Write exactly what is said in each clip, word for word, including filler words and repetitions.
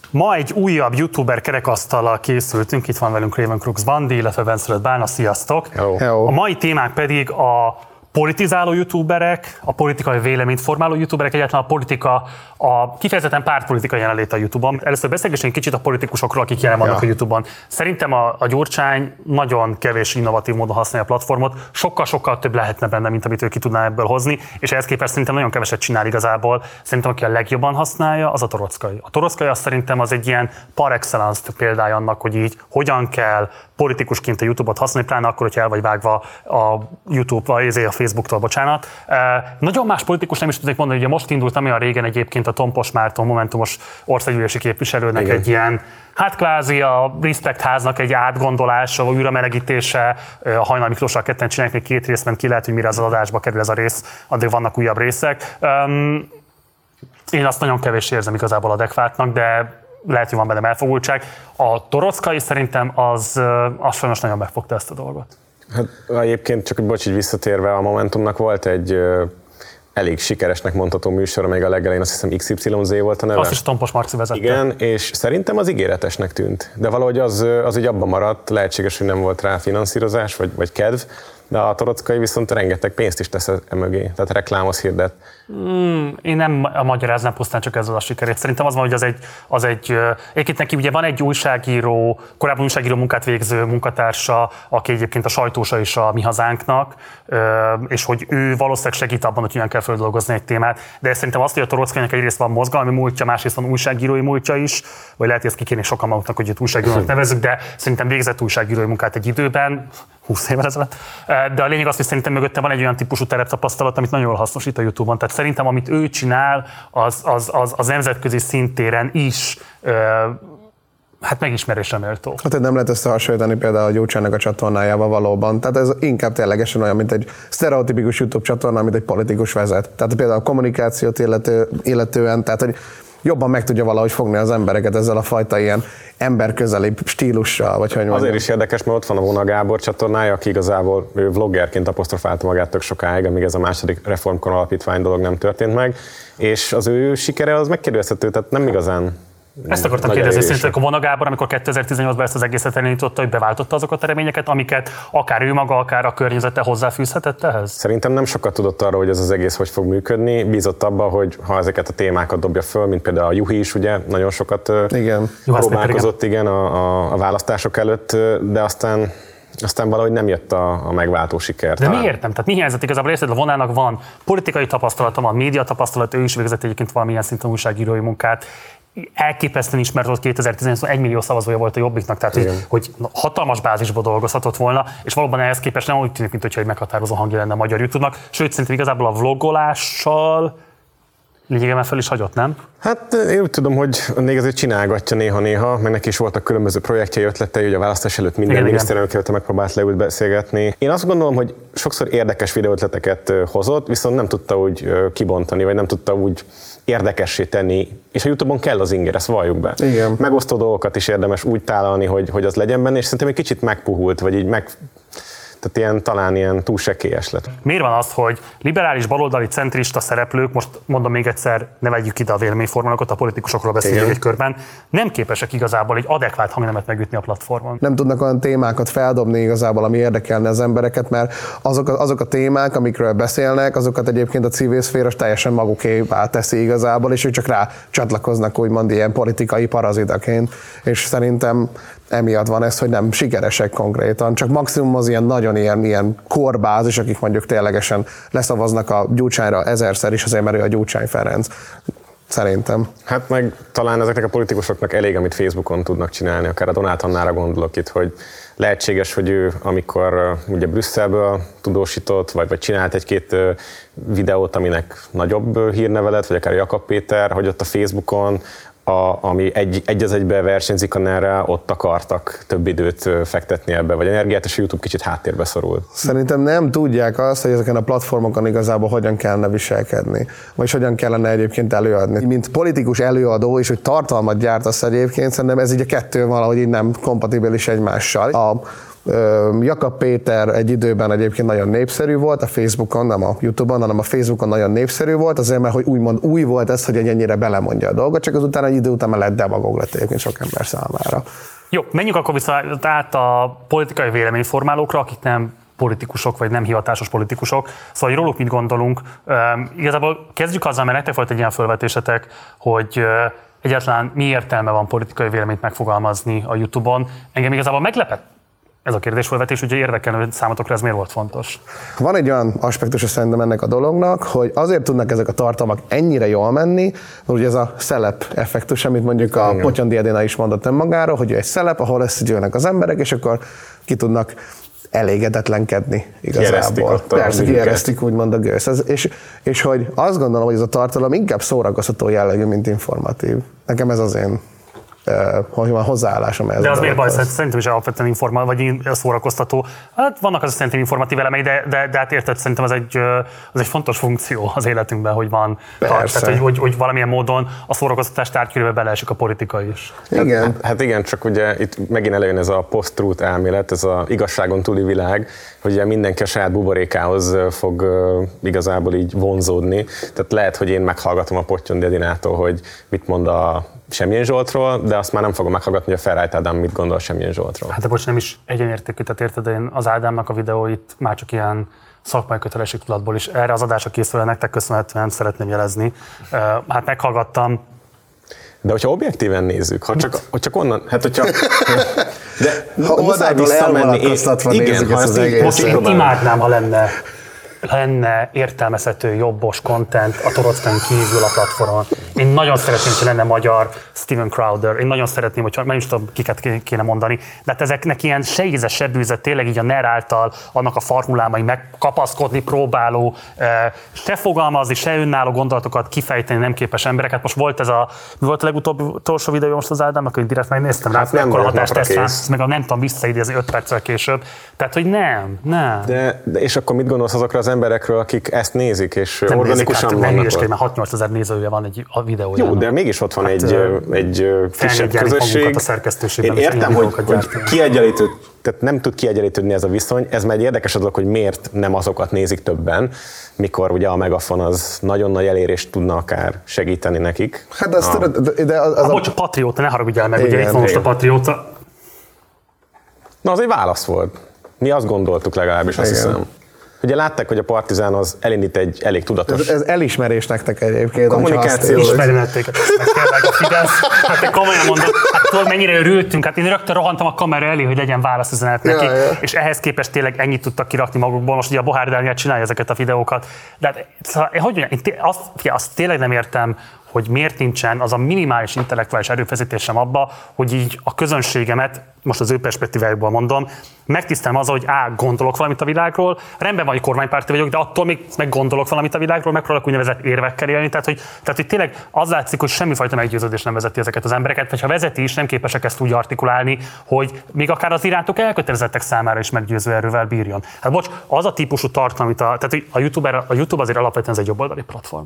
Ma egy újabb youtuber kerekasztallal készültünk, itt van velünk Raven Crux Bandi, illetve Benszülött Bálna, sziasztok! Hello. Hello. A mai témák pedig a politizáló youtuberek, a politikai véleményt formáló youtuberek, egyáltalán a politika, a kifejezetten pártpolitika jelenléte a YouTube-on. Először beszélgessünk kicsit a politikusokról, akik jelen vannak ja. a YouTube-on. Szerintem a, a Gyurcsány nagyon kevés innovatív módon használja a platformot, sokkal-sokkal több lehetne benne, mint amit ő ki tudná ebből hozni, és ehhez képest szerintem nagyon keveset csinál igazából. Szerintem aki a legjobban használja, az a Torockai. A Torockai az szerintem az egy ilyen par excellence példája annak, hogy így hogyan kell politikusként a YouTube-ot használni, pláne akkor, hogyha el vagy vágva a YouTube, a Facebooktól, bocsánat. E, nagyon más politikus nem is tudnék mondani, hogy most indultam olyan régen egyébként a Tompos Márton, Momentumos országgyűlési képviselőnek igen. egy ilyen, hát kvázi a Respect háznak egy átgondolása, vagy újra melegítése, a Hajnal Miklóssal ketten csinálják, még két rész ment ki, lehet, hogy mire az adásba kerül ez a rész, addig vannak újabb részek. Um, én azt nagyon kevés érzem igazából adekvátnak, de lehet, hogy van benne elfogultság. A Torockai szerintem az, az sajnos nagyon megfogta ezt a dolgot. Hát egyébként csak, hogy bocs, így visszatérve, a Momentumnak volt egy ö, elég sikeresnek mondható műsor, amelyik a legelején azt hiszem iksz ipszilon zé volt a neve. Azt is Tompos Marci vezette. Igen, és szerintem az ígéretesnek tűnt. De valahogy az, az így abban maradt, lehetséges, hogy nem volt rá finanszírozás, vagy, vagy kedv, de a Torockai viszont rengeteg pénzt is tesz emögé, tehát reklámhoz hirdet. Mm, én nem magyaráznám pusztán csak ezzel a sikerét. Szerintem az van, hogy az egy, az egy egyébként neki ugye van egy újságíró, korábban újságíró munkát végző munkatársa, aki egyébként a sajtósa is a Mi Hazánknak, és hogy ő valószínűleg segít abban, hogy hogyan kell földolgozni egy témát. De szerintem azt, hogy a Torockainak egyrészt van mozgalmi múltja, másrészt van újságírói múltja is, vagy lehet, hogy ezt kikérni sokan maguknak, hogy itt újságírónak nevezzük, de szerintem végzett újságírói munkát egy időben, húsz évvel ezelőtt. De a lényeg az, hogy szerintem mögötte van egy olyan típusú tereptapasztalat, amit nagyon jól hasznosít a YouTube-on. Tehát szerintem, amit ő csinál, az, az, az, az nemzetközi szintéren is ö, hát megismerésre méltó. Hát nem lehet összehasonlítani például a Gyurcsánynak a csatornájával valóban. Tehát ez inkább ténylegesen olyan, mint egy sztereotipikus YouTube csatorna, amit egy politikus vezet. Tehát például a kommunikációt illető, illetően, tehát hogy jobban meg tudja valahogy fogni az embereket ezzel a fajta ilyen emberközeli stílussal, vagy hogy Azért is érdekes, mert ott van a Vona Gábor csatornája, aki igazából ő vloggerként apostrofálta magát tök sokáig, amíg ez a második Reformkor Alapítvány dolog nem történt meg, és az ő sikere az megkérdezhető, tehát nem igazán. Ezt akartam kérdezni, szerinted a Vona Gábor, amikor kétezer-tizennyolcban ezt az egészet elindította, hogy beváltotta azokat a reményeket, amiket akár ő maga, akár a környezete hozzáfűzhetett ehhez? Szerintem nem sokat tudott arról, hogy ez az egész hogy fog működni. Bízott abban, hogy ha ezeket a témákat dobja föl, mint például a Juhi is, ugye nagyon sokat igen. próbálkozott igen, a, a, a választások előtt, de aztán Aztán valahogy nem jött a, a megváltó siker. De talán. Miért nem? Tehát mi hiányzott igazából? Érted, a Vonának van politikai tapasztalata, van média tapasztalat, ő is végzett egyébként valamilyen szinten újságírói munkát. Elképesztően ismert volt kétezer-tizennyolcban, egy millió szavazója volt a Jobbiknak, tehát hogy, hogy hatalmas bázisból dolgozhatott volna, és valóban ehhez képest nem úgy tűnik, mintha egy meghatározó hangja lenne a magyar YouTube-nak, sőt szerintem igazából a vlogolással lényegében fel is hagyott, nem? Hát én úgy tudom, hogy még azért csinálgatja néha-néha, meg neki is voltak különböző projektjei, ötletei, hogy a választás előtt minden miniszterelnökkel megpróbált leült beszélgetni. Én azt gondolom, hogy sokszor érdekes videóötleteket hozott, viszont nem tudta úgy kibontani, vagy nem tudta úgy érdekessé tenni, és a YouTube-on kell az inger, ezt valljuk be. Igen. Megosztó dolgokat is érdemes úgy tálalni, hogy, hogy az legyen benne, és szerintem egy kicsit megpuhult, vagy így meg... Tehát ilyen, talán ilyen túl sekélyes lett. Miért van az, hogy liberális, baloldali, centrista szereplők, most mondom még egyszer, ne vegyük ide a véleményformálókat, a politikusokról beszélünk egy körben, nem képesek igazából egy adekvát hangnemet megütni a platformon? Nem tudnak olyan témákat feldobni igazából, ami érdekelne az embereket, mert azok a, azok a témák, amikről beszélnek, azokat egyébként a civil szféra teljesen magukévá teszi igazából, és ők csak rá csatlakoznak úgymond ilyen politikai parazitaként, és szerintem emiatt van ez, hogy nem sikeresek konkrétan, csak maximum az ilyen nagyon ilyen, ilyen korbázis, akik mondjuk ténylegesen leszavaznak a Gyurcsányra ezerszer is, azért mert ő a Gyurcsány Ferenc. Szerintem. Hát meg talán ezeknek a politikusoknak elég, amit Facebookon tudnak csinálni, akár a Donát Annára gondolok itt, hogy lehetséges, hogy ő, amikor ugye Brüsszelből tudósított, vagy, vagy csinált egy-két videót, aminek nagyobb hírneve lett, vagy akár Jakab Péter, hogy ott a Facebookon A, ami egy, egy az egybe versenyzik a NER-rel, ott akartak több időt fektetni ebbe, vagy energiát, és a YouTube kicsit háttérbe szorul. Szerintem nem tudják azt, hogy ezeken a platformokon igazából hogyan kellene viselkedni, vagy hogyan kellene egyébként előadni. Mint politikus előadó, és hogy tartalmat gyártasz egyébként, szerintem ez így a kettő valahogy így nem kompatibilis egymással. A Jakab Péter egy időben egyébként nagyon népszerű volt, a Facebookon, nem a YouTube-on, hanem a Facebookon nagyon népszerű volt, azért mert hogy úgymond új volt ez, hogy ennyire belemondja a dolgot, csak azután egy idő után már lett demagóg lett egyébként sok ember számára. Jó, menjünk akkor vissza át a politikai véleményformálókra, akik nem politikusok, vagy nem hivatásos politikusok. Szóval, hogy róluk mit gondolunk. Um, igazából kezdjük azzal, mert nektek volt egy ilyen felvetésetek, hogy uh, egyáltalán mi értelme van politikai véleményt megfogalmazni a YouTube-on. Engem igazából meglepett ez a kérdésfelvetés, úgyhogy érdekelne, hogy számotokra ez miért volt fontos. Van egy olyan aspektus szerintem ennek a dolognak, hogy azért tudnak ezek a tartalmak ennyire jól menni, mert ugye ez a szelep effektus, amit mondjuk a Potyondi Edina is mondott önmagáról, hogy egy szelep, ahol összegyűlnek az emberek, és akkor ki tudnak elégedetlenkedni igazából. Persze, kieresztik úgymond a gőz. Ez, és, és hogy azt gondolom, hogy ez a tartalom inkább szórakoztató jellegű, mint informatív. Nekem ez az én hogy van hozzáállásom ez. De az miért baj? Szerintem is alapvetően informal, vagy szórakoztató. Hát vannak az szerintem informatív elemei, de, de, de hát érted, szerintem az egy, az egy fontos funkció az életünkben, hogy van. Tehát, hogy, hogy, hogy valamilyen módon a szórakoztatás tárgykörébe beleesik a politika is. Igen. Hát, hát igen, csak ugye itt megint előjön ez a post-truth elmélet, ez az igazságon túli világ, hogy ugye mindenki a saját buborékához fog igazából így vonzódni. Tehát lehet, hogy én meghallgatom a Pottyondi Edinától, hogy mit mond a Semjén Zsoltról, de azt már nem fogom meghallgatni, hogy a Ferrajt Ádám mit gondol Semjén Zsoltról. Hát de bocs, nem is egyenértékű, tehát érted, én az Ádámnak a videóit már csak ilyen szakmai kötelességtudatból is erre az adásra készülve nektek köszönhetően szeretném jelezni. Hát meghallgattam. De hogyha objektíven nézzük, ha csak, ha csak onnan, hát hogyha... De ha oldalról elvonatkoztatva nézzük ezt az egészet. Most én imádnám, ha lenne lenne értelmezhető, jobbos content a Torockán kívül a platformon. Én nagyon szeretném, hogy lenne magyar Steven Crowder. Én nagyon szeretném, hogy nem is tudom, kiket kéne mondani, de hát ezeknek ilyen se íze, se bűze, tényleg így a NER által annak a formulámai megkapaszkodni próbáló, se fogalmazni, se önálló gondolatokat kifejteni nem képes emberek. Hát most volt ez a, mi volt a legutóbbi utolsó videó most az Ádámnak, hogy direkt megnéztem rá, hát nem akkor a hatástesztről, meg a nem tudom visszaidézni öt perccel később. Tehát, hogy nem, nem. De, de és akkor mit gondolsz azokra az emberekről, akik ezt nézik, és nem organikusan nézik, hát, vannak ott? Mert hat-nyolc ezer nézője van egy a videójának. Jó, de mégis ott van hát, egy, egy kisebb közösség. A Én értem, hogy, hogy kiegyenlítő, tehát nem tud kiegyenlítődni ez a viszony. Ez már egy érdekes dolog, hogy miért nem azokat nézik többen, mikor ugye a Megafon az nagyon nagy elérést tudna akár segíteni nekik. Hát azt a... de, de az, az a... Bocs, a Patrióta, ne haragudjál meg, igen, ugye itt van most a Patrióta. Na, az egy válasz volt. Mi azt gondoltuk legalábbis, azt igen. hiszem. Ugye látták, hogy a Partizán az elindít egy elég tudatos... Ez, ez elismerés nektek egyébként. Kommunikáció. Ismerőnették, meg tényleg a Fidesz. Hát te komolyan mondod, hát tudod, mennyire örültünk, hát én rögtön rohantam a kamera elé, hogy legyen válaszüzenet neki, ja, ja. És ehhez képest tényleg ennyit tudtak kirakni magukból. Most ugye a Bohár Dániel csinálja ezeket a videókat. De hát, szóval, hogy mondjam, én té- azt, azt tényleg nem értem, hogy miért nincsen az a minimális intellektuális erőfeszítésem abba, hogy így a közönségemet, most az ő perspektívájukból mondom, megtisztelem azzal, hogy á, gondolok valamit a világról, rendben van, hogy kormánypárti vagyok, de attól még meg gondolok valamit a világról, megpróbálok úgynevezett érvekkel élni, tehát hogy, tehát, hogy tényleg az látszik, hogy semmifajta meggyőződés nem vezeti ezeket az embereket, vagy ha vezeti is, nem képesek ezt úgy artikulálni, hogy még akár az irántok elkötelezettek számára is meggyőző erővel bírjon. Hát bocs, az a típusú tartalom, amit a, tehát a YouTube, a YouTube azért alapvetően ez egy jobboldali platform.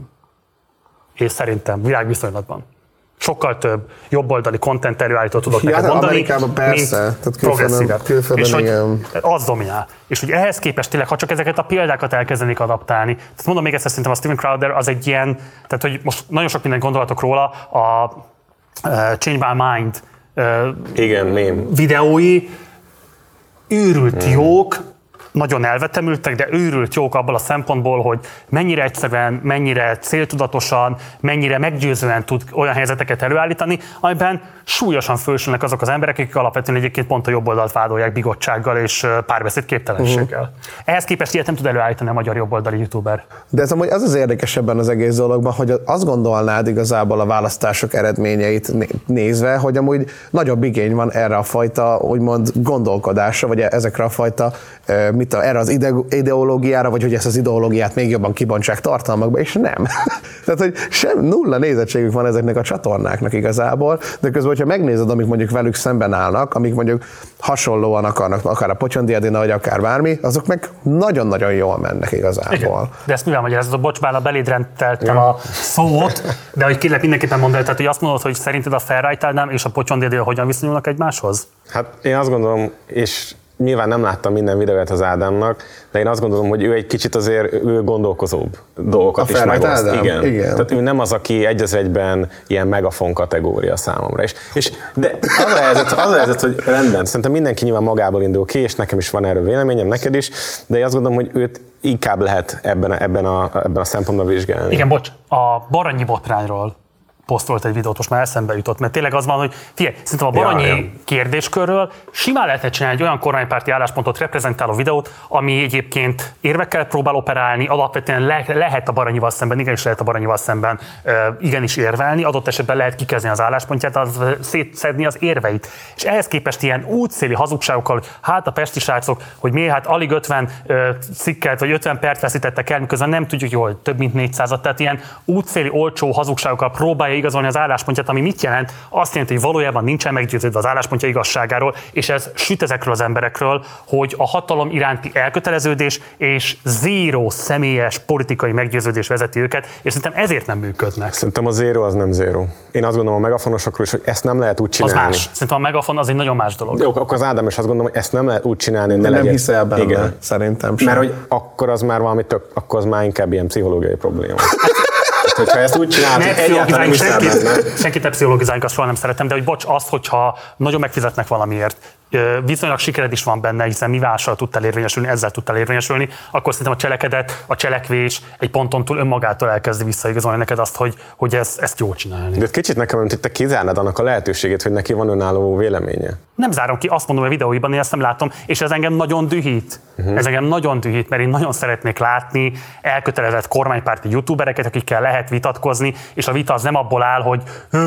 És szerintem világviszonylatban sokkal több jobboldali content előállító tudok ja, neked mondani, Amerikában persze, mint progresszívebb. És hogy az dominál. És hogy ehhez képest tényleg, ha csak ezeket a példákat elkezdenék adaptálni, tehát mondom még ezt, szerintem a Steven Crowder az egy ilyen, tehát hogy most nagyon sok mindent gondolatok róla, a uh, Change My Mind uh, igen, mém. videói őrült hmm. jók, nagyon elvetemültek, de őrült jók abból a szempontból, hogy mennyire egyszerűen, mennyire céltudatosan, mennyire meggyőzően tud olyan helyzeteket előállítani, amiben súlyosan fölsülnek azok az emberek, akik alapvetően egyébként pont a jobboldalt vádolják bigottsággal és párbeszéd képtelenséggel. Uh-huh. Ehhez képest ilyet nem tud előállítani a magyar jobboldali youtuber. De ez amúgy az az érdekes ebben az egész dologban, hogy azt gondolnád igazából a választások eredményeit nézve, hogy amúgy nagyobb igény van erre a fajta, úgymond gondolkodásra, vagy ezekre a fajta mit a, erre az ideológiára, vagy hogy ezt az ideológiát még jobban kibontsák tartalmakba, és nem. Tehát, hogy sem nulla nézettségük van ezeknek a csatornáknak igazából, de közben, hogyha megnézed, amik mondjuk velük szemben állnak, amik mondjuk hasonlóan akarnak, akár a Potyondi Edina, vagy akár bármi, azok meg nagyon-nagyon jól mennek igazából. Igen. De ezt mivel magyarázod, bocs, bár a beléd rendeltem ja. a szót, de hogy kérlek mindenképpen mondani, tehát hogy azt mondod, hogy szerinted a Ferrajt Ádám és a Potyondi Edina hogyan viszonyulnak egymáshoz? Hát én azt gondolom, és nyilván nem láttam minden videóját az Ádámnak, de én azt gondolom, hogy ő egy kicsit azért ő gondolkozóbb dolgokat is megoszt. Igen. Igen. Tehát ő nem az, aki egy az egyben ilyen megafon kategória számomra. És, és de az a, helyzet, az a helyzet, hogy rendben, szerintem mindenki nyilván magából indul ki, és nekem is van erről véleményem, neked is, de én azt gondolom, hogy őt inkább lehet ebben a, ebben a, ebben a szempontban vizsgálni. Igen, bocs, a Baranyi botrányról posztolt egy videót, most már eszembe jutott, mert tényleg az van, hogy figyelj, szerintem a Baranyi ja, ja. kérdéskörről simán lehetne csinálni egy olyan kormánypárti álláspontot reprezentáló videót, ami egyébként érvekkel próbál operálni, alapvetően le, lehet a Baranyival szemben, igenis lehet a Baranyival szemben uh, igenis érvelni, adott esetben lehet kikezdeni az álláspontját, az, szétszedni az érveit. És ehhez képest ilyen útszéli hazugságokkal, hogy hát a pesti srácok, hogy mi hát alig ötven uh, cikket vagy ötven perc veszítettek el, miközben nem tudjuk jól, több mint négyszázat, tehát ilyen útszéli olcsó hazugságokkal próbálja igazolni az álláspontját, ami mit jelent? Azt jelenti, hogy valójában nincsen meggyőződve az álláspontja igazságáról, és ez süt ezekről az emberekről, hogy a hatalom iránti elköteleződés és zéró személyes politikai meggyőződés vezeti őket, és szerintem ezért nem működnek. Szerintem a zéró az nem zéró. Én azt gondolom a megafonosokról is, hogy ezt nem lehet úgy csinálni. Az más. Szerintem a megafon az egy nagyon más dolog. Jó, akkor az Ádám is azt gondolom, hogy ezt nem lehet úgy csinálni, hogy ne nem legyen. hiszel benne, igen. Szerintem sem. Mert hogy akkor az már valami tök, akkor az már inkább ilyen pszichológiai probléma. Hogyha ezt úgy csinálod, hogy egyáltalán nem senki, senki te pszichológizálni, azt soha nem szeretem, de hogy bocs, azt, hogyha nagyon megfizetnek valamiért, viszonylag sikered is van benne, hiszen mi mással tudtál érvényesülni, ezzel tudtál érvényesülni, akkor szerintem a cselekedet, a cselekvés egy ponton túl önmagától elkezdi visszaigazolni neked azt, hogy, hogy ez, ezt jól csinálni. De kicsit nekem, mint hogy te kizárnád annak a lehetőségét, hogy neki van önálló véleménye. Nem zárom ki, azt mondom a videóiban, én ezt nem látom, és ez engem nagyon dühít. Uh-huh. Ez engem nagyon dühít, mert én nagyon szeretnék látni elkötelezett kormánypárti youtubereket, akikkel lehet vitatkozni, és a vita az nem abból áll, hogy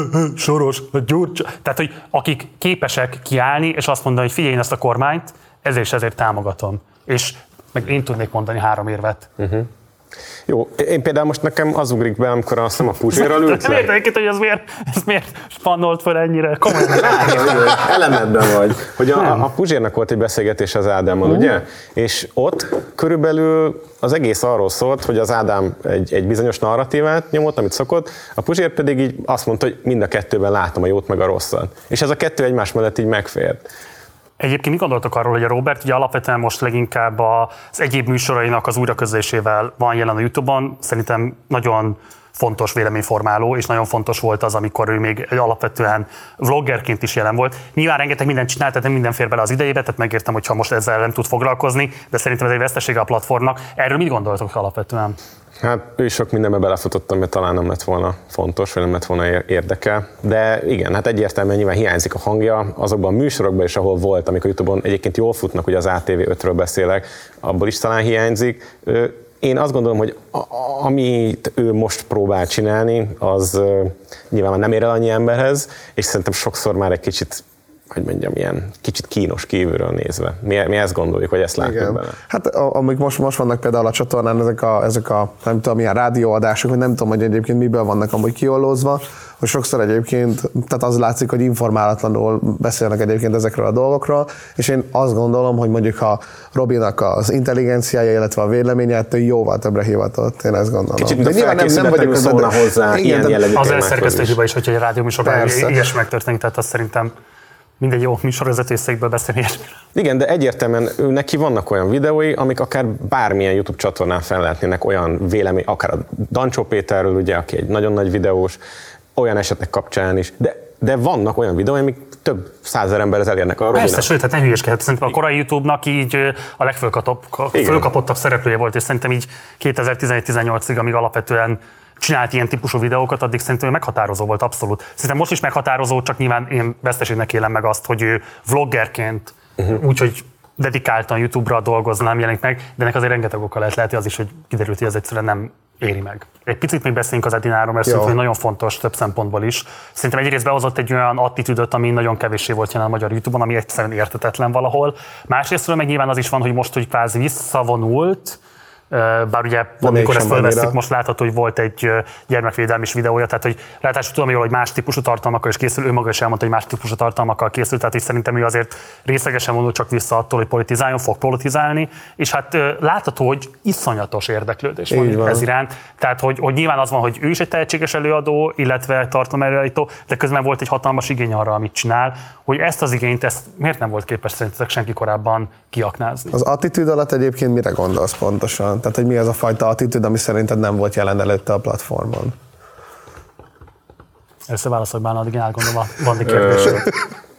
Soros, Gyurcsány, tehát hogy akik képesek kiállni, és azt mondani, hogy figyelj, én ezt a kormányt, ezért és ezért támogatom. És meg én tudnék mondani három érvet. Uh-huh. Jó, én például most nekem az ugrik be, amikor azt hiszem a Puzsérral ült le. Nem értek, hogy ez miért, ez miért spannolt fel ennyire? Komolyan. Elemedben vagy. Hogy a, a Puzsérnak volt egy beszélgetés az Ádámmal, uh. ugye? És ott körülbelül az egész arról szólt, hogy az Ádám egy, egy bizonyos narratívát nyomott, amit szokott, a Puzsér pedig így azt mondta, hogy mind a kettőben látom a jót meg a rosszat. És ez a kettő egymás mellett így megfért. Egyébként mi gondoltok arról, hogy a Robert ugye alapvetően most leginkább az egyéb műsorainak az újraközlésével van jelen a YouTube-on, szerintem nagyon fontos véleményformáló, és nagyon fontos volt az, amikor ő még alapvetően vloggerként is jelen volt. Nyilván rengeteg mindent csinált, tehát nem minden fér bele az idejébe, tehát megértem, hogyha most ezzel nem tud foglalkozni, de szerintem ez egy vesztesége a platformnak. Erről mit gondoltok alapvetően? Hát ő is sok mindenbe belefutottam, mert talán nem lett volna fontos, vagy nem lett volna érdekel. De igen, hát egyértelműen nyilván hiányzik a hangja azokban a műsorokban is, ahol volt, amikor YouTube-on egyébként jól futnak, ugye az á té vé ötről beszélek, abból is talán hiányzik. Én azt gondolom, hogy amit ő most próbál csinálni, az nyilván már nem ér el annyi emberhez, és szerintem sokszor már egy kicsit, hogy mondjam, ilyen kicsit kínos kívülről nézve. Mi, mi ezt gondoljuk, hogy ezt látjuk bele. Hát amik most, most vannak például a csatornán, ezek a, ezek a nem tudom, milyen rádióadások, hogy nem tudom, hogy egyébként miből vannak amúgy kiollózva, hogy sokszor egyébként, tehát az látszik, hogy informálatlanul beszélnek egyébként ezekről a dolgokról, és én azt gondolom, hogy mondjuk ha Robinak az intelligenciája, illetve a véleménye, ő jóval többre hivatott, én ezt gondolom. Kicsit, mint a felkészületlenül szólna hozzá ilyen jellegű témákhoz. Az elszerkesztő hiba is, hogyha egy rádióműsorban ilyes megtörténik, tehát azt szerintem mindegy jó műsorvezetőszékből beszélni ilyesmiről. Igen, de egyértelműen ő neki vannak olyan videói, amik akár bármilyen YouTube csatornán fel lehetnének olyan vélemény, akár a Dancsó Péterről, ugye, aki egy nagyon nagy videós, olyan esetek kapcsán is, de, de vannak olyan videói, amik több százezer emberhez elérnek arról. Persze, sőt, hát ne hülyeskedhet. Szerintem a korai YouTube-nak így a legfölkapottabb szereplője volt, és szerintem így kétezer-tizenegy-tizennyolcig, amíg alapvetően csinált ilyen típusú videókat, addig szerintem meghatározó volt abszolút. Szerintem most is meghatározó, csak nyilván én veszteségnek élem meg azt, hogy ő vloggerként, uh-huh. úgyhogy dedikáltan YouTube-ra dolgozna, nem jelenik meg, de ennek azért rengeteg oka lehet, lehet az is, hogy kiderült, hogy ez egyszerűen nem éri meg. Egy picit még beszéljünk az Edináról, mert szerintem nagyon fontos több szempontból is. Szerintem egyrészt behozott egy olyan attitűdöt, ami nagyon kevéssé volt jelen a magyar YouTube-on, ami egyszerűen értetetlen valahol. Másrésztről meg nyilván az is van, hogy most, hogy kvázi visszavonult, bár ugye amikor ezt felvesztük, most látható, hogy volt egy gyermekvédelmi videója, tehát hogy ráadásul tudom jól, hogy más típusú tartalmakkal is készül, ő maga is elmondta, hogy más típusú tartalmakkal készült, tehát is szerintem ő azért részlegesen mondott csak vissza attól, hogy politizáljon, fog politizálni, és hát látható, hogy iszonyatos érdeklődés van, van ez iránt, tehát hogy, hogy nyilván az van, hogy ő is egy tehetséges előadó, illetve tartalomelőállító, de közben volt egy hatalmas igény arra, amit csinál, hogy ezt az igényt, ezt miért nem volt képes szerintetek senki korábban kiaknázni? Az attitűd alatt egyébként mire gondolsz pontosan? Tehát, hogy mi az a fajta attitűd, ami szerinted nem volt jelen előtte a platformon? Először válaszolj bár, addig én átgondolom a Bandi kérdését.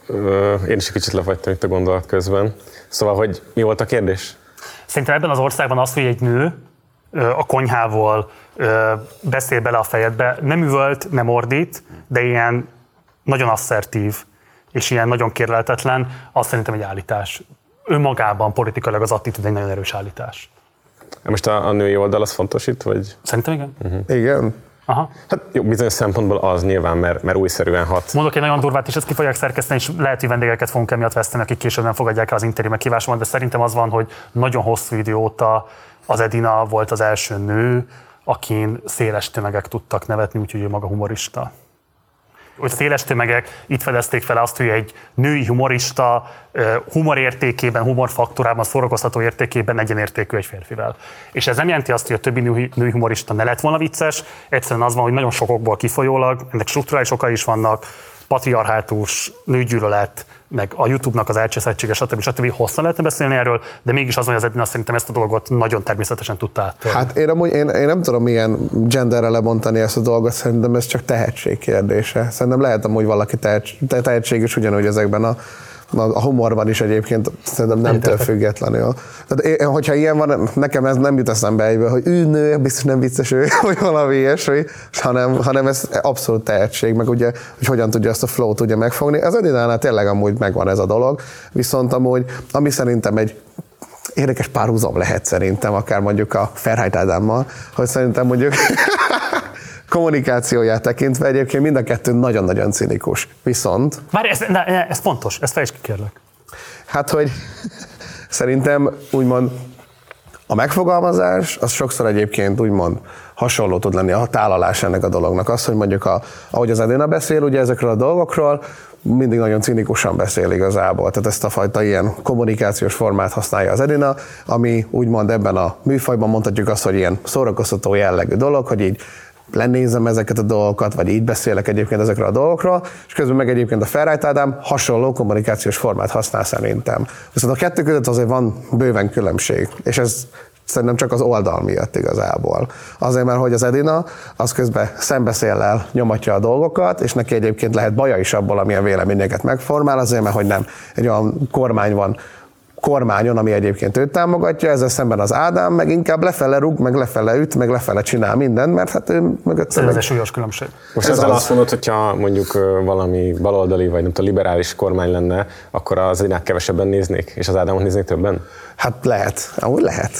Én is egy kicsit lefagytam itt a gondolat közben. Szóval, hogy mi volt a kérdés? Szerintem ebben az országban az, hogy egy nő a konyhával beszél bele a fejedbe, nem üvölt, nem ordít, de ilyen nagyon asszertív, és ilyen nagyon kérleltetlen, azt szerintem egy állítás. Önmagában politikailag az attitűd egy nagyon erős állítás. Most a, a női oldal az fontos itt, vagy? Szerintem igen. Uh-huh. Igen? Aha. Hát jó, bizonyos szempontból az nyilván, mert, mert újszerűen hat. Mondok egy nagyon durvát is, ezt ki fogják szerkeszteni, és lehet, hogy vendégeket fogunk emiatt veszteni, akik később nem fogadják el az interjú meghívásomat, de szerintem az van, hogy nagyon hosszú idő óta az Edina volt az első nő, akin széles tömegek tudtak nevetni, úgyhogy ő maga humorista. Hogy széles tömegek itt fedezték fel azt, hogy egy női humorista humor értékében, humorfaktorában, szórakoztató értékében egyenértékű egy férfivel. És ez nem jelenti azt, hogy a többi női humorista ne lett volna vicces, egyszerűen az van, hogy nagyon sokokból kifolyólag, ennek strukturális okai is vannak, patriarhátus, nőgyűlölet, meg a YouTube-nak az elcseszettsége, stb. stb. Hosszan lehetne beszélni erről, de mégis az van, hogy az Edina szerintem ezt a dolgot nagyon természetesen tudta áttörni. Hát én, amúgy, én, én nem tudom milyen genderre lebontani ezt a dolgot, szerintem ez csak tehetség kérdése. Szerintem lehet amúgy valaki tehetséges ugyanúgy ezekben a a humorban is egyébként szerintem nemtől függetlenül. Tehát én, hogyha ilyen van, nekem ez nem jut eszembe egyből, hogy ő nő, biztos nem vicces ő, vagy valami ilyesmi, hanem, hanem ez abszolút tehetség, meg ugye, hogy hogyan tudja ezt a flow-t ugye megfogni. Az Edinánál tényleg amúgy megvan ez a dolog, viszont amúgy, ami szerintem egy érdekes párhuzam lehet szerintem, akár mondjuk a Ferhajt Ádámmal, hogy szerintem mondjuk kommunikációját tekintve egyébként mind a kettő nagyon-nagyon cinikus. Viszont... Várj, ez, ne, ez fontos, ezt fejtsd ki, kérlek. Hát, hogy szerintem úgymond a megfogalmazás, az sokszor egyébként úgymond hasonló tud lenni a tálalás ennek a dolognak. Az, hogy mondjuk, a, ahogy az Edina beszél ugye ezekről a dolgokról, mindig nagyon cinikusan beszél igazából. Tehát ezt a fajta ilyen kommunikációs formát használja az Edina, ami úgymond ebben a műfajban mondhatjuk azt, hogy ilyen szórakoztató jellegű dolog, hogy így lenézem ezeket a dolgokat, vagy így beszélek egyébként ezekről a dolgokról, és közben meg egyébként a Ferhajt Ádám hasonló kommunikációs formát használ szerintem. Viszont a kettő között azért van bőven különbség, és ez szerintem csak az oldal miatt igazából. Azért, mert hogy az Edina az közben szembeszéllel nyomatja a dolgokat, és neki egyébként lehet baja is abból, amilyen véleményeket megformál, azért, mert hogy nem egy olyan kormány van, kormányon, ami egyébként őt támogatja, ezzel szemben az Ádám meg inkább lefele rúg, meg lefele üt, meg lefele csinál mindent, mert hát ő mögött... Ez egy súlyos különbség. Most ez ezzel az... azt mondod, hogyha mondjuk valami baloldali, vagy nem tudom, liberális kormány lenne, akkor az Edinát kevesebben néznék, és az Ádámot néznék többen? Hát lehet, amúgy lehet.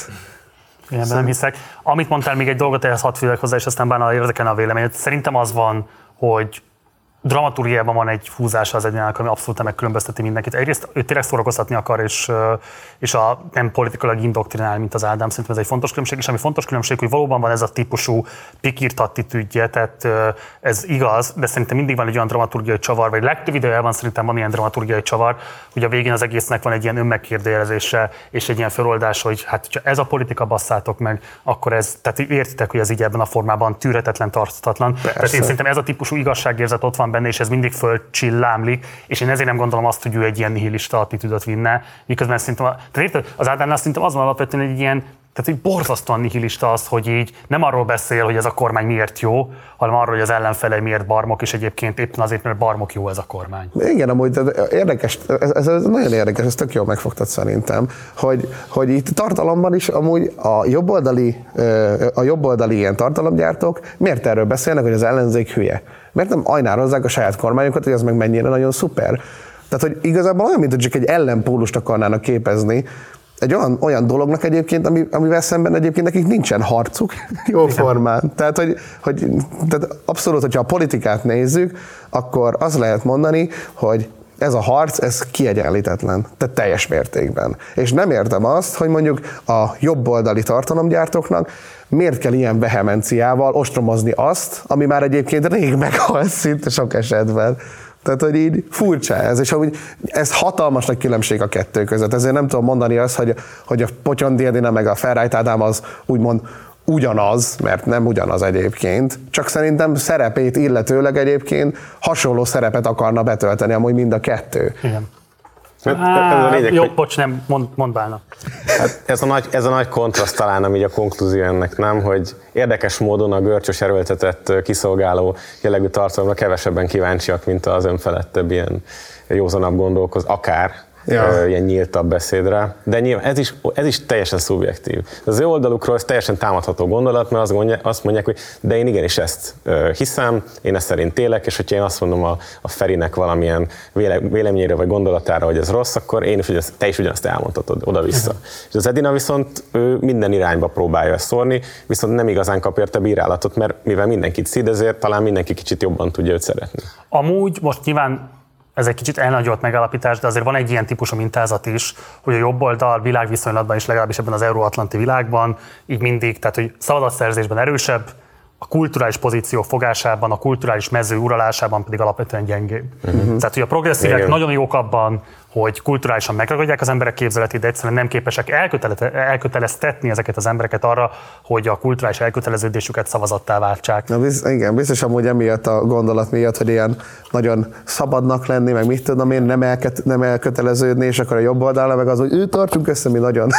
Én nem hiszek. Amit mondtál, még egy dolgot ehhez hadd fűzek hozzá, és aztán bár érdekelne a véleményed. Szerintem az van, hogy dramaturgiában van egy húzása az Edinának, ami abszolút megkülönbözteti mindenkit. Egyrészt ő tényleg szórakoztatni akar, és, és a, nem politikailag indoktrinál, mint az Ádám, szerintem ez egy fontos különbség, és ami fontos különbség, hogy valóban van ez a típusú pikírt attitűdje, tehát ez igaz, de szerintem mindig van egy olyan dramaturgiai csavar, vagy legtöbb időjában szerintem van ilyen dramaturgiai csavar, hogy a végén az egésznek van egy ilyen önmegkérdőjelezése, és egy ilyen feloldás, hogy hát ha ez a politika, basszátok meg, akkor ez, tehát értitek, hogy ez így ebben a formában tűretetlen, tarthatatlan. Tehát én szerintem ez a típusú igazságérzet ott van benne, és ez mindig fölcsillámlik, és én ezért nem gondolom azt, hogy ő egy ilyen nihilista attitűdöt vinne, miközben szerintem, tehát érted, az Ádámnál szerintem az van alapvetően egy ilyen, tehát egy borzasztóan nihilista az, hogy így nem arról beszél, hogy ez a kormány miért jó, hanem arról, hogy az ellenfele miért barmok, és egyébként éppen azért, mert barmok jó ez a kormány. Igen, amúgy érdekes, ez, ez, ez nagyon érdekes, ez tök jól megfogtad szerintem, hogy, hogy itt tartalomban is amúgy a jobboldali, a jobboldali ilyen tartalomgyártók miért erről beszélnek, hogy az ellenzék hülye? Miért nem ajnározzák a saját kormányukat, hogy az meg mennyire nagyon szuper? Tehát, hogy igazából olyan, mint hogy csak egy ellenpólust akarnának képezni, egy olyan, olyan dolognak egyébként, ami, amivel szemben egyébként nekik nincsen harcuk jó formán. Tehát, hogy, hogy tehát abszolút, hogyha a politikát nézzük, akkor azt lehet mondani, hogy ez a harc, ez kiegyenlítetlen, tehát teljes mértékben. És nem értem azt, hogy mondjuk a jobboldali tartalomgyártóknak miért kell ilyen vehemenciával ostromozni azt, ami már egyébként rég meghalt szinte sok esetben. Tehát, hogy így furcsa ez, és amúgy ez hatalmas nagy különbség a kettő között. Ezért nem tudom mondani azt, hogy, hogy a Potyondi Edina meg a Felrájt Ádám az úgymond ugyanaz, mert nem ugyanaz egyébként, csak szerintem szerepét illetőleg egyébként hasonló szerepet akarna betölteni amúgy mind a kettő. Igen. Hát, ez a lényeg, jó, hogy... bocs, nem, mond, mondd Bálna. Hát ez, a nagy, ez a nagy kontraszt talán, ami a konklúzió ennek, nem? Hogy érdekes módon a görcsös erőltetett kiszolgáló jellegű tartalomra kevesebben kíváncsiak, mint az önfelettebb ilyen józanabb gondolkoz, akár ja. ilyen nyíltabb beszédre. De nyilván ez is, ez is teljesen szubjektív. Az ő oldalukról ez teljesen támadható gondolat, mert azt mondják, azt mondják, hogy de én igenis ezt hiszem, én ezt szerint élek, és hogyha én azt mondom a, a Ferinek valamilyen véle, véleményére vagy gondolatára, hogy ez rossz, akkor én is, hogy te is ugyanazt elmondhatod oda-vissza. Uh-huh. És az Edina viszont ő minden irányba próbálja ezt szórni, viszont nem igazán kap érte bírálatot, mert mivel mindenkit szíd, ezért talán mindenki kicsit jobban tudja őt szeretni. Amúgy most nyilván ez egy kicsit elnagyolt megállapítás, de azért van egy ilyen típusú mintázat is, hogy a jobb oldal világviszonylatban is, legalábbis ebben az euróatlanti világban, így mindig, tehát hogy szavazatszerzésben erősebb, a kulturális pozíció fogásában, a kulturális mező uralásában pedig alapvetően gyengébb. Uh-huh. Tehát, hogy a progresszívek Igen. nagyon jók abban, hogy kulturálisan megragadják az emberek képzeletét, de egyszerűen nem képesek elköteleztetni ezeket az embereket arra, hogy a kulturális elköteleződésüket szavazattá váltsák. Na, biz, igen, biztos amúgy emiatt a gondolat miatt, hogy ilyen nagyon szabadnak lenni, meg mit tudom én, nem, elket, nem elköteleződni, és akkor a jobb oldalra meg az, hogy ő tartsunk össze, mi nagyon.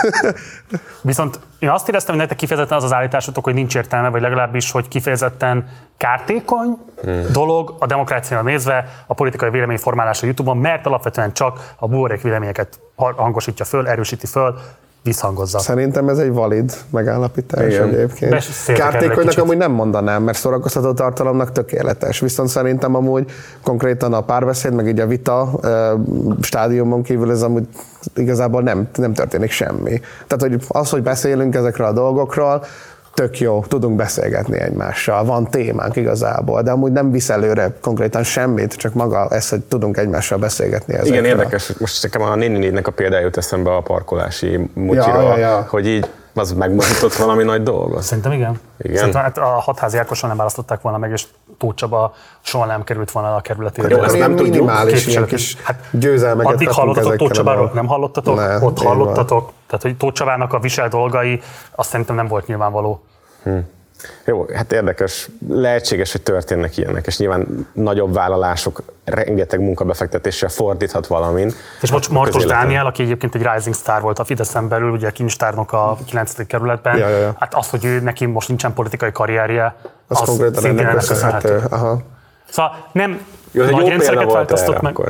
Viszont én azt éreztem, hogy nektek kifejezetten az az állításotok, hogy nincs értelme, vagy legalábbis, hogy kifejezetten kártékony hmm. dolog a demokráciára nézve a politikai véleményformálás a YouTube-on, mert alapvetően csak a buborék véleményeket hangosítja föl, erősíti föl, visszhangozza. Szerintem ez egy valid megállapítás Igen. egyébként. Kártékonynak amúgy nem mondanám, mert szórakoztató tartalomnak tökéletes. Viszont szerintem amúgy konkrétan a párbeszéd, meg így a vita stádiumon kívül ez amúgy igazából nem, nem történik semmi. Tehát hogy az, hogy beszélünk ezekről a dolgokról, tök jó, tudunk beszélgetni egymással, van témánk igazából, de amúgy nem visz előre konkrétan semmit, csak maga ez, hogy tudunk egymással beszélgetni ezekről. Igen, érdekes, most nekem a néni-négynek a példája jut eszembe a parkolási mutyira, ja, ja, ja. hogy így az megmutatott valami nagy dolgot. Szerintem igen. igen. Szerintem hát a Hatházi Ákoson nem választották volna meg, és Tóth Csaba soha nem került volna a kerületi. Jó, ezt nem tudjuk. Minimális ilyen kis hát, győzelmeket addig hallottatok Tóth Csabáról, nem hallottatok? Ne, ott hallottatok. Van. Tehát, hogy Tóth Csabának a visel dolgai, azt szerintem nem volt nyilvánvaló. Hm. Jó, hát érdekes, lehetséges, hogy történnek ilyenek, és nyilván nagyobb vállalások rengeteg munkabefektetéssel fordíthat valamin. És most Martos Dániel, aki egyébként egy rising star volt a Fideszen belül, ugye kincstárnok a kilencedik kerületben, ja, ja, ja. hát az, hogy ő neki most nincsen politikai karrierje, az, az szintén ennek köszönhető. Szóval nem jó, nagy rendszereket változtat meg.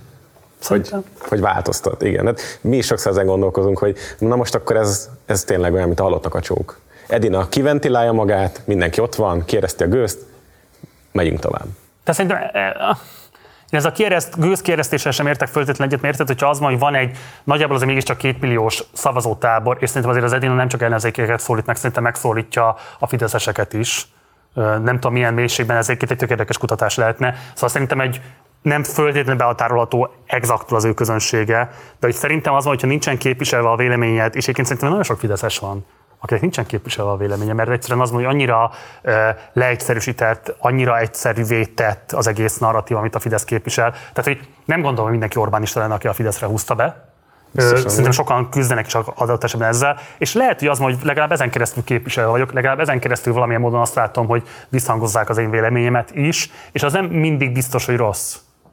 Hogy, hogy változtat, igen. Hát mi is sokszor ezen gondolkozunk, hogy na most akkor ez, ez tényleg olyan, mint a halottnak a csók. Edina kiventilálja magát, mindenki ott van, kiereszti a gőzt, megyünk tovább. Tehát szerintem ez a kiereszt, gőzkieresztéssel sem értek föltétlenül egyet, mert érted, hogyha az van, hogy van egy nagyjából azért mégiscsak két milliós szavazótábor, és szerintem azért az Edina nem csak ellenzékeket szólít meg, szerintem megszólítja a fideszeseket is. Nem tudom, milyen mélységben ez egy tök érdekes kutatás lehetne. Szóval szerintem egy nem föltétlenül behatárolható exaktul az ő közönsége, de hogy szerintem az van, hogyha nincsen képviselve a véleményed, és egyébként szerintem nagyon sok fideszes van, akinek nincsen képviselve a véleménye, mert egyszerűen az, hogy annyira uh, leegyszerűsített, annyira egyszerűvé tett az egész narratív, amit a Fidesz képvisel. Tehát, hogy nem gondolom, hogy mindenki Orbánista lenne, aki a Fideszre húzta be. Biztosan Szerintem sokan küzdenek csak adott esetben ezzel, és lehet, hogy az, hogy legalább ezen keresztül képviselve vagyok, legalább ezen keresztül valamilyen módon azt látom, hogy visszhangozzák az én véleményemet is, és az nem mindig biztos, hogy rossz.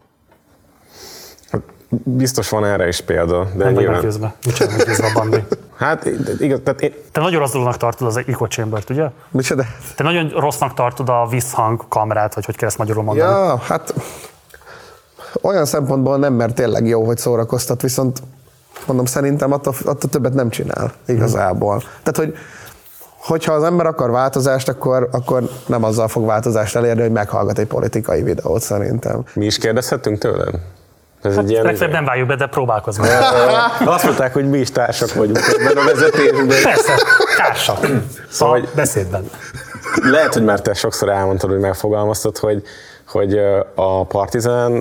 Biztos van erre is példa. De nem nyilván... vagy meggyőzve. Nincs meggyőzve a Bandi. Hát igaz, tehát én... Te nagyon rossz dolognak tartod az echo chambert, ugye? Micsoda? Te nagyon rossznak tartod a visszhang kamerát, vagy hogy kell ezt magyarul mondani? Ja, hát olyan szempontból nem, mert tényleg jó, hogy szórakoztat, viszont mondom, szerintem attól, attól többet nem csinál igazából. Hmm. Tehát, hogy hogyha az ember akar változást, akkor, akkor nem azzal fog változást elérni, hogy meghallgat egy politikai videót szerintem. Mi is kérdezhetünk tőled? Ez hát legfeljebb nem váljuk be, de próbálkozunk. Azt mondták, hogy mi is társak vagyunk ebben a vezetésben. Persze, társak. Szóval hogy beszédben. Lehet, hogy már te sokszor elmondtad, hogy megfogalmaztad, hogy, hogy a Partizán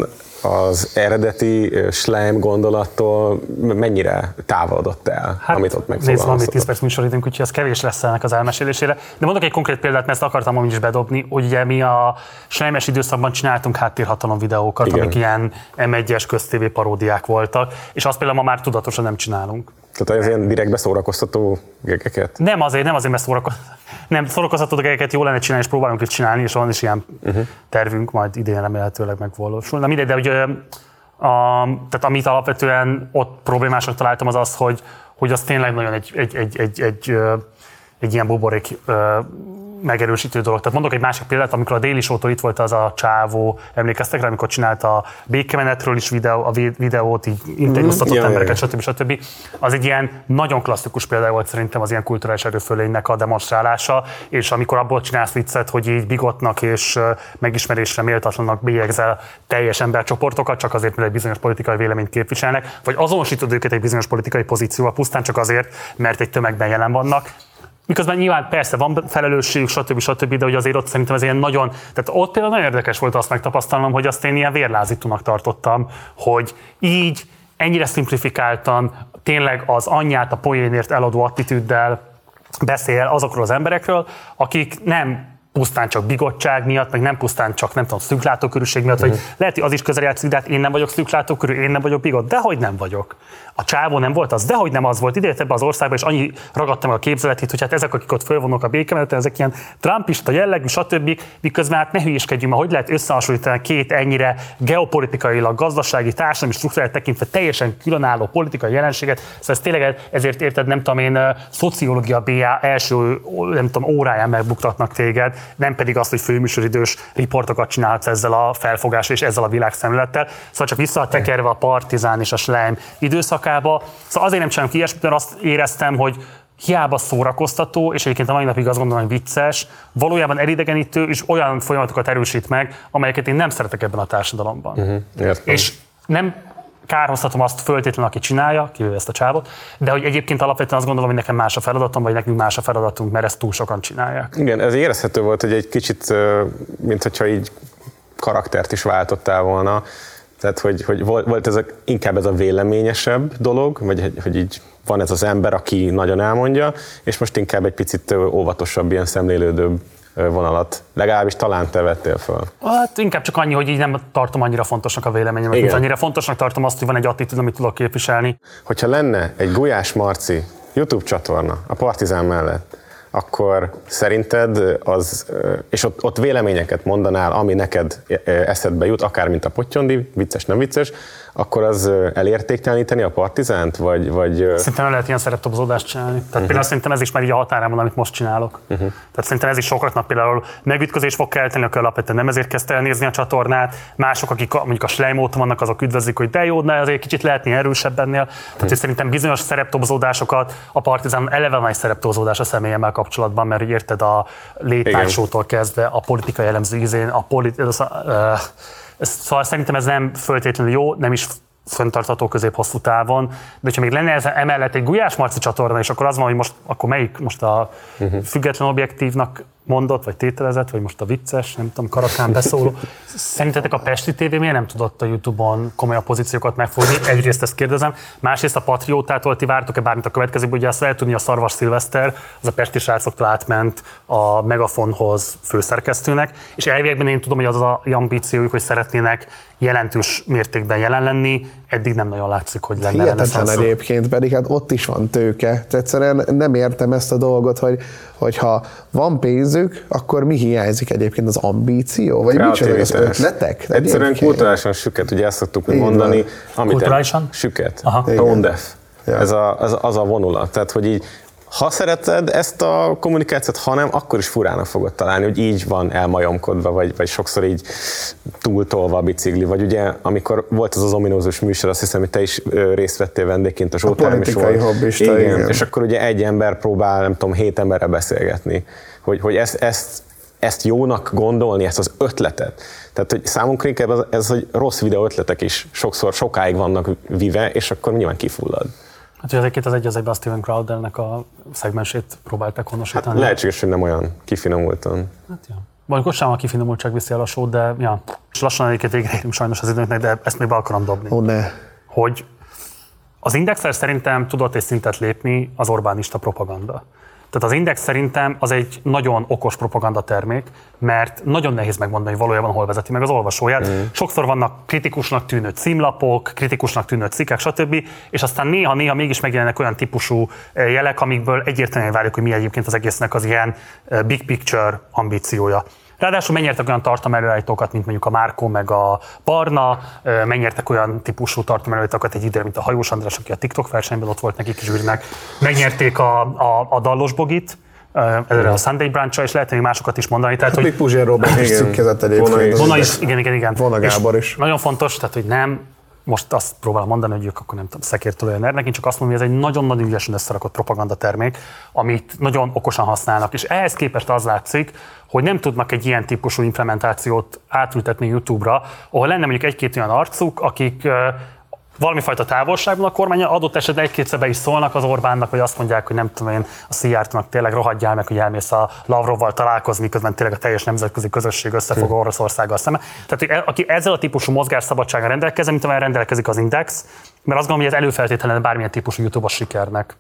az eredeti Schleim gondolattól mennyire távolodott el, hát, amit ott megfogalmaztatok? megfogalmaztatok? Nézd, van még tíz perc műsoridőnk, úgyhogy az kevés lesz ennek az elmesélésére. De mondok egy konkrét példát, mert ezt akartam amúgy is bedobni, hogy ugye mi a Schleimes időszakban csináltunk háttérhatalom videókat, Igen. amik ilyen em egyes köztévé paródiák voltak, és azt például ma már tudatosan nem csinálunk. Tehát az ilyen direkt beszórakoztató gegeket? Nem azért, nem azért, mert szórakoztató, nem, szórakoztató gegeket jó lenne csinálni, és próbálunk is csinálni, és van is ilyen uh-huh. tervünk, majd idén remélhetőleg megvalósul. Na mindegy, de ugye, a, tehát amit alapvetően ott problémásnak találtam, az az, hogy, hogy az tényleg nagyon egy, egy, egy, egy, egy, egy, egy ilyen buborék megerősítő dolog. Tehát mondok egy másik példát, amikor a Daily Show-tól itt volt az a csávó, emlékeztek rá, amikor csinálta a békemenetről is videó, a videót, így interjúztatott mm-hmm. embereket, stb. stb. Az egy ilyen nagyon klasszikus példa volt szerintem az ilyen kulturális erőfölénynek a demonstrálása, és amikor abból csinálsz viccet, hogy így bigotnak és megismerésre méltatlannak bélyegzel teljes embercsoportokat, csak azért, mert egy bizonyos politikai véleményt képviselnek, vagy azonosítod őket egy bizonyos politikai pozícióval, pusztán csak azért, mert egy tömegben jelen vannak. Miközben nyilván persze van felelősségük, stb. stb., de hogy azért ott szerintem ez ilyen nagyon, tehát ott például nagyon érdekes volt azt megtapasztalnom, hogy azt én ilyen vérlázítónak tartottam, hogy így ennyire szimplifikáltan tényleg az anyját a poénért eladó attitűddel beszél azokról az emberekről, akik nem pusztán csak bigottság miatt, meg nem pusztán csak nem tudom, szűklátókörűség miatt, vagy uh-huh. lehet, hogy az is közel játszik, de hát én nem vagyok szűklátókörű, én nem vagyok bigot, dehogy nem vagyok. A csávó nem volt az, dehogy nem az volt. Ide jött ebbe az országba, és annyi ragadtam meg a képzeletét, hogy hát ezek, akik ott fölvonnak a békemeneten, ezek ilyen trumpista jellegű, stb. Miközben hát ne hülyéskedjünk, mert hogy lehet összehasonlítani két ennyire geopolitikailag, gazdasági, társadalmi struktúrát tekintve teljesen különálló politikai jelenséget. Szóval ez tényleg ezért érted, nem tudom én, szociológia bé á első nem tudom, óráján megbuktatnak téged, nem pedig azt, hogy főműsoridős riportokat csinálhatsz ezzel a felfogással és ezzel a világszemlélettel. Szóval csak visszatekerve a Partizán és a Schleim időszakába. Szóval azért nem csinálom ki ilyesmit, mert azt éreztem, hogy hiába szórakoztató, és egyébként a mai napig azt gondolom, hogy vicces, valójában elidegenítő, és olyan folyamatokat erősít meg, amelyeket én nem szeretek ebben a társadalomban. Uh-huh, és nem kárhoztatom azt föltétlenül, aki csinálja, kivéve ezt a csávot, de hogy egyébként alapvetően azt gondolom, hogy nekem más a feladatom, vagy nekünk más a feladatunk, mert ezt túl sokan csinálják. Igen, ez érezhető volt, hogy egy kicsit, mint hogyha így karaktert is váltottál volna, tehát hogy, hogy volt ez a, inkább ez a véleményesebb dolog, vagy hogy így van ez az ember, aki nagyon elmondja, és most inkább egy picit óvatosabb, ilyen szemlélődőbb vonalat. Legalábbis talán te vettél föl. Hát inkább csak annyi, hogy így nem tartom annyira fontosnak a véleményemet, mint annyira fontosnak tartom azt, hogy van egy attitűd, amit tudok képviselni. Hogyha lenne egy Gulyás Marci YouTube csatorna a Partizán mellett, akkor szerinted az, és ott, ott véleményeket mondanál, ami neked eszedbe jut, akár mint a Pottyondi, vicces, nem vicces, akkor az elértékteleníteni a Partizánt, vagy... vagy... Szerintem nem lehet ilyen szereptobozódást csinálni. Tehát uh-huh. például szerintem ez is már így a határán van, amit most csinálok. Uh-huh. Tehát szerintem ez is sokaknak például megütközés fog kelteni, akkor alapvetően nem ezért kezdte el nézni a csatornát. Mások, akik mondjuk a Schleim óta vannak, azok üdvözlik, hogy de jó, de azért kicsit lehetni erősebb ennél. Tehát uh-huh. szerintem bizonyos szereptobozódásokat a Partizán eleve van egy szereptobozódás a személyemmel kapcsolatban, mert érted a Late Night Show-tól kezdve a politikai elemző ízén, a politi- az, uh, szóval szerintem ez nem föltétlenül jó, nem is fenntartható közép-hosszú távon, de hogyha még lenne ez emellett egy Gulyás Marci csatorna, és akkor az van, hogy most akkor melyik most a uh-huh. független objektívnak mondott, vagy tételezett, vagy most a vicces, nem tudom, karakán beszóló. Szerintetek a Pesti té vé miért nem tudott a YouTube-on komolyabb pozíciókat megfogni? Egyrészt ezt kérdezem. Másrészt a Patriótától ti vártok-e bármit a következőből? Ugye azt lehet tudni, a Szarvas Szilveszter, az a pesti srácoktól átment a Megafonhoz főszerkesztőnek, és elviekben én tudom, hogy az az ambíciójuk, hogy szeretnének jelentős mértékben jelen lenni, eddig nem nagyon látszik, hogy lenne. Hihetetlen egyébként, pedig hát ott is van tőke. Egyszerűen nem értem ezt a dolgot, hogy hogyha van pénzük, akkor mi hiányzik egyébként, az ambíció? Vagy micsoda az ötletek? Egyszerűen kulturálisan süket, ugye ezt szoktuk mondani. Kulturálisan? Süket. Tone deaf. Ja. Ez a, az, az a vonulat. Tehát, hogy így ha szereted ezt a kommunikációt, ha nem, akkor is furának fogod találni, hogy így van elmajomkodva, vagy, vagy sokszor így túltolva a bicikli, vagy ugye, amikor volt az az ominózus műsor, azt hiszem, hogy te is részt vettél vendégként, a Zsótár is volt. Hobbista, igen, igen. És akkor ugye egy ember próbál, nem tudom, hét emberre beszélgetni, hogy, hogy ezt, ezt, ezt jónak gondolni, ezt az ötletet. Tehát, hogy számunkra inkább ez, ez, hogy rossz videó ötletek is sokszor sokáig vannak vive, és akkor nyilván kifullad. Hát, hogy ezeket az egy az egyben a Steven Crowdernek a szegmensét próbálták honosítani. Hát lehetséges, hogy nem olyan kifinomultan. Hát, ja. Vagy sem a kifinomultság viszi el a sót, de ja. És lassan egyébként végre érünk sajnos az időnknek, de ezt még be akarom dobni. Ó, ne. Hogy az Indexer szerintem tudott egy szintet lépni az Orbánista propaganda. Tehát az Index szerintem az egy nagyon okos propaganda termék, mert nagyon nehéz megmondani, hogy valójában hol vezeti meg az olvasóját. Mm. Sokszor vannak kritikusnak tűnő címlapok, kritikusnak tűnő cikkek, stb. És aztán néha-néha mégis megjelennek olyan típusú jelek, amikből egyértelműen válik, hogy mi egyébként az egésznek az ilyen big picture ambíciója. Ráadásul megnyertek olyan tartalmelőállítókat, mint mondjuk a Márkó meg a Barna, megnyertek olyan típusú tartalmelőállítókat egy időre, mint a Hajós András, aki a TikTok versenyben ott volt, nekik is űrnek. Megnyerték a, a, a Dallos Bogit, előre a Sunday Brunch-a, és lehet, hogy másokat is mondani. Tehát, hogy Puzsér Robert is cikkezett egyébként. Vona is, igen, igen, igen. Vona Gábor is. Nagyon fontos, tehát, hogy nem, most azt próbálom mondani, hogy ők akkor nem tudom, szekértől olyan ernek, én csak azt mondom, hogy ez egy nagyon-nagyon ügyesen összerakott propaganda termék, amit nagyon okosan használnak, és ehhez képest az látszik, hogy nem tudnak egy ilyen típusú implementációt átültetni YouTube-ra, ahol lenne mondjuk egy-két olyan arcuk, akik valamifajta távolságban a kormánya, adott esetben egy-kétszer be is szólnak az Orbánnak, vagy azt mondják, hogy nem tudom én, a Szijjártónak tényleg rohadjál meg, hogy elmész a Lavrovval találkozni, közben tényleg a teljes nemzetközi közösség összefog hmm. Oroszországgal szemben. Tehát aki ezzel a típusú mozgásszabadsággal rendelkezik, mint amilyen rendelkezik az Index, mert azt gondolom, hogy ez előfeltétlenül bármilyen típusú YouTube-os sikernek.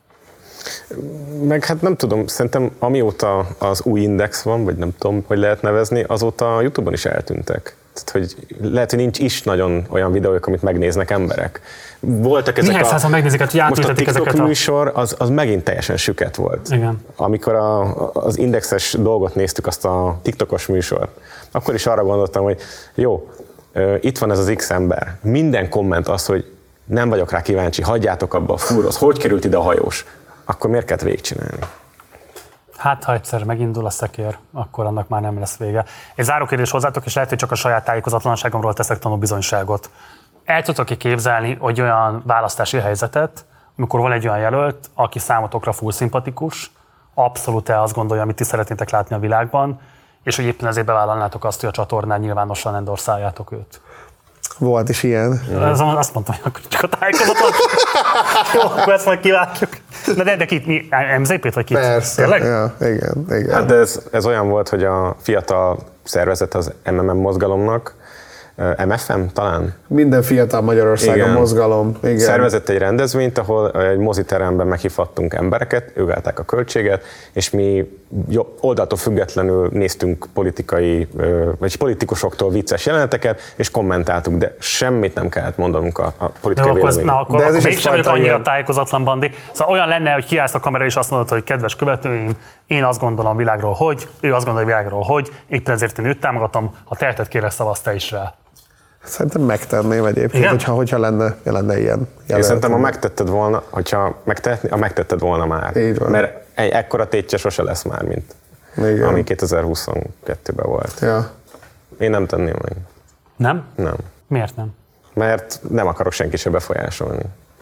Meg hát nem tudom, szerintem amióta az új Index van, vagy nem tudom, hogy lehet nevezni, azóta a YouTube-on is eltűntek. Tehát, hogy lehet, hogy nincs is nagyon olyan videók, amit megnéznek emberek. Voltak ezek Néhány százan megnézik, hogy átültetik ezeket a... Most a TikTok műsor, az, az megint teljesen süket volt. Igen. Amikor a, az indexes dolgot néztük, azt a TikTokos műsort, akkor is arra gondoltam, hogy jó, itt van ez az X ember. Minden komment az, hogy nem vagyok rá kíváncsi, hagyjátok abba a fúroz, hogy került ide a hajós? Akkor miért kellett végigcsinálni? Hát, ha egyszer megindul a szekér, akkor annak már nem lesz vége. Egy záró kérdés hozzátok, és lehet, hogy csak a saját tájékozatlanságomról teszek tanúbizonyságot. El tudtok-e képzelni, hogy olyan választási helyzetet, amikor van egy olyan jelölt, aki számotokra full szimpatikus, abszolút el azt gondolja, amit ti szeretnétek látni a világban, és hogy éppen ezért bevállalnátok azt, hogy a csatornán nyilvánosan endorszáljátok őt? Volt is ilyen. Ez, azt mondtam, hogy akkor csak a tájékozatot. Jó, akkor ezt majd kivágjuk. Na de, de kit, mi, em zé pét vagy kit? Persze, ja, igen, igen. Hát de ez, ez olyan volt, hogy a fiatal szervezet az em em em mozgalomnak, em ef em talán? Minden fiatal Magyarországon igen. mozgalom. Igen. Szervezett egy rendezvényt, ahol egy moziteremben meghívhattunk embereket, ők állták a költséget, és mi oldaltól függetlenül néztünk politikai, vagy politikusoktól vicces jeleneteket, és kommentáltuk, de semmit nem kellett mondanunk a, a politikai véleményről. Na, akkor, akkor mégsem vagyok annyira tájékozatlan, Bandi. Szóval olyan lenne, hogy kiállsz a kamerára, és azt mondod, hogy kedves követőim, én azt gondolom a világról, hogy, ő azt gondolja a világról, hogy, éppen ezért én őt támogatom, ha teheted, kérlek, szavazz te is rá. Szerintem megtenném egyébként, hogyha, hogyha lenne, lenne ilyen. Én szerintem, ha megtetted volna, hogyha megtehetni, ha megtetted volna már. Mert egy ekkora tétje sose lesz már, mint igen. ami kétezer-huszonkettőben volt. Ja. Én nem tenném meg. Nem? Nem. Miért nem? Mert nem akarok senki se befolyásolni.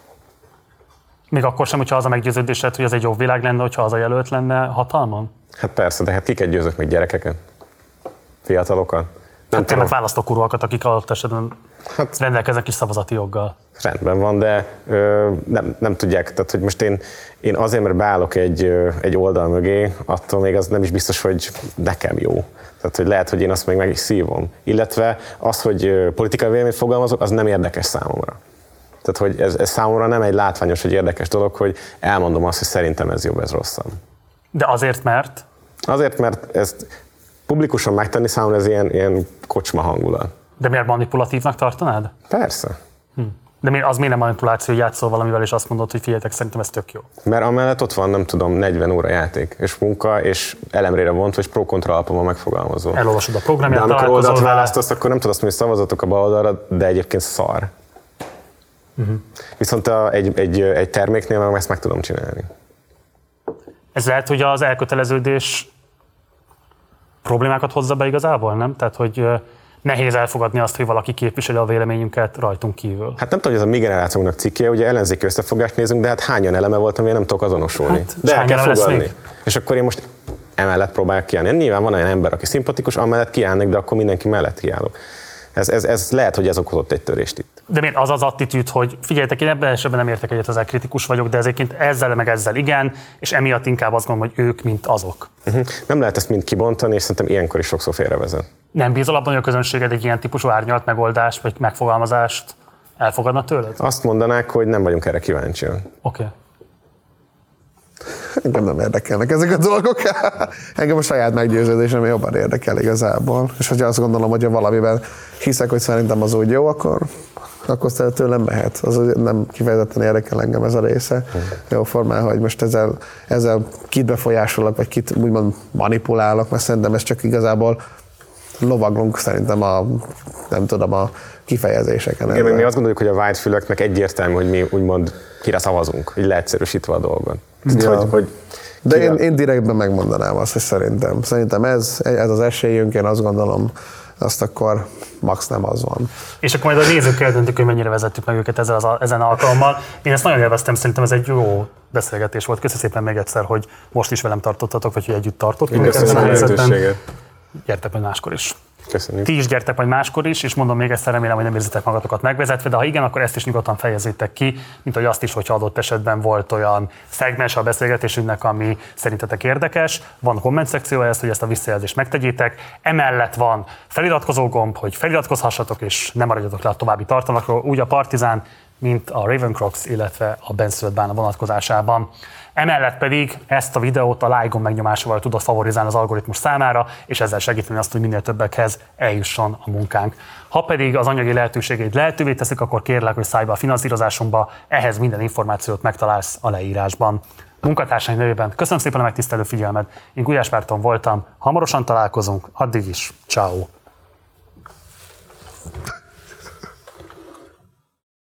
Még akkor sem, hogyha az a meggyőződésed, hogy ez egy jobb világ lenne, hogyha az a jelölt lenne hatalmon? Hát persze, de hát kiket győzök meg, gyerekeket? Fiatalokat? Hát tényleg választókurúakat, akik alatt esetben hát, rendelkeznek is szavazati joggal. Rendben van, de ö, nem, nem tudják, tehát hogy most én, én azért, mert beállok egy, ö, egy oldal mögé, attól még az nem is biztos, hogy nekem jó. Tehát, hogy lehet, hogy én azt még meg is szívom. Illetve az, hogy ö, politikai véleményt fogalmazok, az nem érdekes számomra. Tehát, hogy ez, ez számomra nem egy látványos, vagy érdekes dolog, hogy elmondom azt, hogy szerintem ez jobb, ez rosszabb. De azért, mert? Azért, mert ezt publikusan megtenni számomra ez ilyen, ilyen kocsma hangulat. De miért manipulatívnak tartanád? Persze. Hm. De miért, az miért nem manipuláció, hogy játszol valamivel, és azt mondod, hogy figyeljetek, szerintem ez tök jó? Mert amellett ott van, nem tudom, negyven óra játék, és munka, és elemrére vontva, és pro-kontra alapon van megfogalmazva. Elolvasod a programját, de amikor oldalt választasz, akkor nem tudod azt mondani, hogy szavazatok a bal oldalra, de egyébként szar. Uh-huh. Viszont a, egy, egy, egy terméknél meg ezt meg tudom csinálni. Ez lehet, hogy az elköteleződés problémákat hozza be igazából, nem? Tehát, hogy nehéz elfogadni azt, hogy valaki képviseli a véleményünket rajtunk kívül. Hát nem tudom, hogy ez a mi generációnknak cikke, ugye ellenzéki összefogást nézünk, de hát hányan eleme volt, amire nem tudok azonosulni. Hát, de el kell fogadni. És akkor én most emellett próbálok kiállni. Nyilván van olyan ember, aki szimpatikus, amellett kiállnék, de akkor mindenki mellett kiállok. Ez, ez, ez lehet, hogy ez okozott egy törést itt. De miért az az attitűd, hogy figyeljetek, én ebben esetben nem értek egyet, ezzel kritikus vagyok, de ezért ezzel meg ezzel igen, és emiatt inkább azt gondolom, hogy ők, mint azok. Uh-huh. Nem lehet ezt mind kibontani, és szerintem ilyenkor is sokszor félrevezet. Nem bízol abban, hogy a közönséged egy ilyen típusú árnyalt megoldást vagy megfogalmazást elfogadna tőled? Azt mondanák, hogy nem vagyunk erre kíváncsiak. Oké. Okay. Engem nem érdekelnek ezek a dolgok. Engem a saját meggyőződésem jobban érdekel igazából. És hogyha azt gondolom, hogy valamiben hiszek, hogy szerintem az úgy jó, akkor, akkor tőlem mehet. Az nem kifejezetten érdekel engem ez a része. Hmm. Jó formán, hogy most ezzel, ezzel kit befolyásolok, vagy kit úgymond manipulálok, mert szerintem ez csak igazából lovaglunk szerintem a, nem tudom, a kifejezéseken. Igen, mi azt gondoljuk, hogy a whitefülöknek egyértelmű, hogy mi úgymond kire szavazunk, így leegyszerűsítve a dolgot. Ja. Hogy, hogy De én, én direktben megmondanám azt, hogy szerintem. Szerintem ez, ez az esélyünk, én azt gondolom, azt akkor max nem az van. És akkor majd a nézők eldöntik, hogy mennyire vezettük meg őket ezzel az, ezen alkalommal. Én ezt nagyon élveztem, szerintem ez egy jó beszélgetés volt. Köszönöm szépen még egyszer, hogy most is velem tartottatok, vagy hogy együtt tartottunk. Köszönöm a lehetőséget. Gyertek majd máskor is. Köszönjük. Ti is gyertek majd máskor is, és mondom még egyszer, remélem, hogy nem érzitek magatokat megvezetve, de ha igen, akkor ezt is nyugodtan fejezzétek ki, mint hogy azt is, hogyha adott esetben volt olyan szegmens a beszélgetésünknek, ami szerintetek érdekes. Van komment szekció ehhez, hogy ezt a visszajelzést megtegyétek. Emellett van feliratkozó gomb, hogy feliratkozhassatok, és ne maradjatok le a további tartalmakról, úgy a Partizán, mint a Raven Crocs, illetve a benszülött bána vonatkozásában. Emellett pedig ezt a videót a like gomb megnyomásával tudod favorizálni az algoritmus számára, és ezzel segíteni azt, hogy minél többekhez eljusson a munkánk. Ha pedig az anyagi lehetőségeid lehetővé teszik, akkor kérlek, hogy szállj be a finanszírozásunkba, ehhez minden információt megtalálsz a leírásban. Munkatársaim nevében köszönöm szépen a megtisztelő figyelmet, én Gulyás Márton voltam, hamarosan találkozunk, addig is, ciao.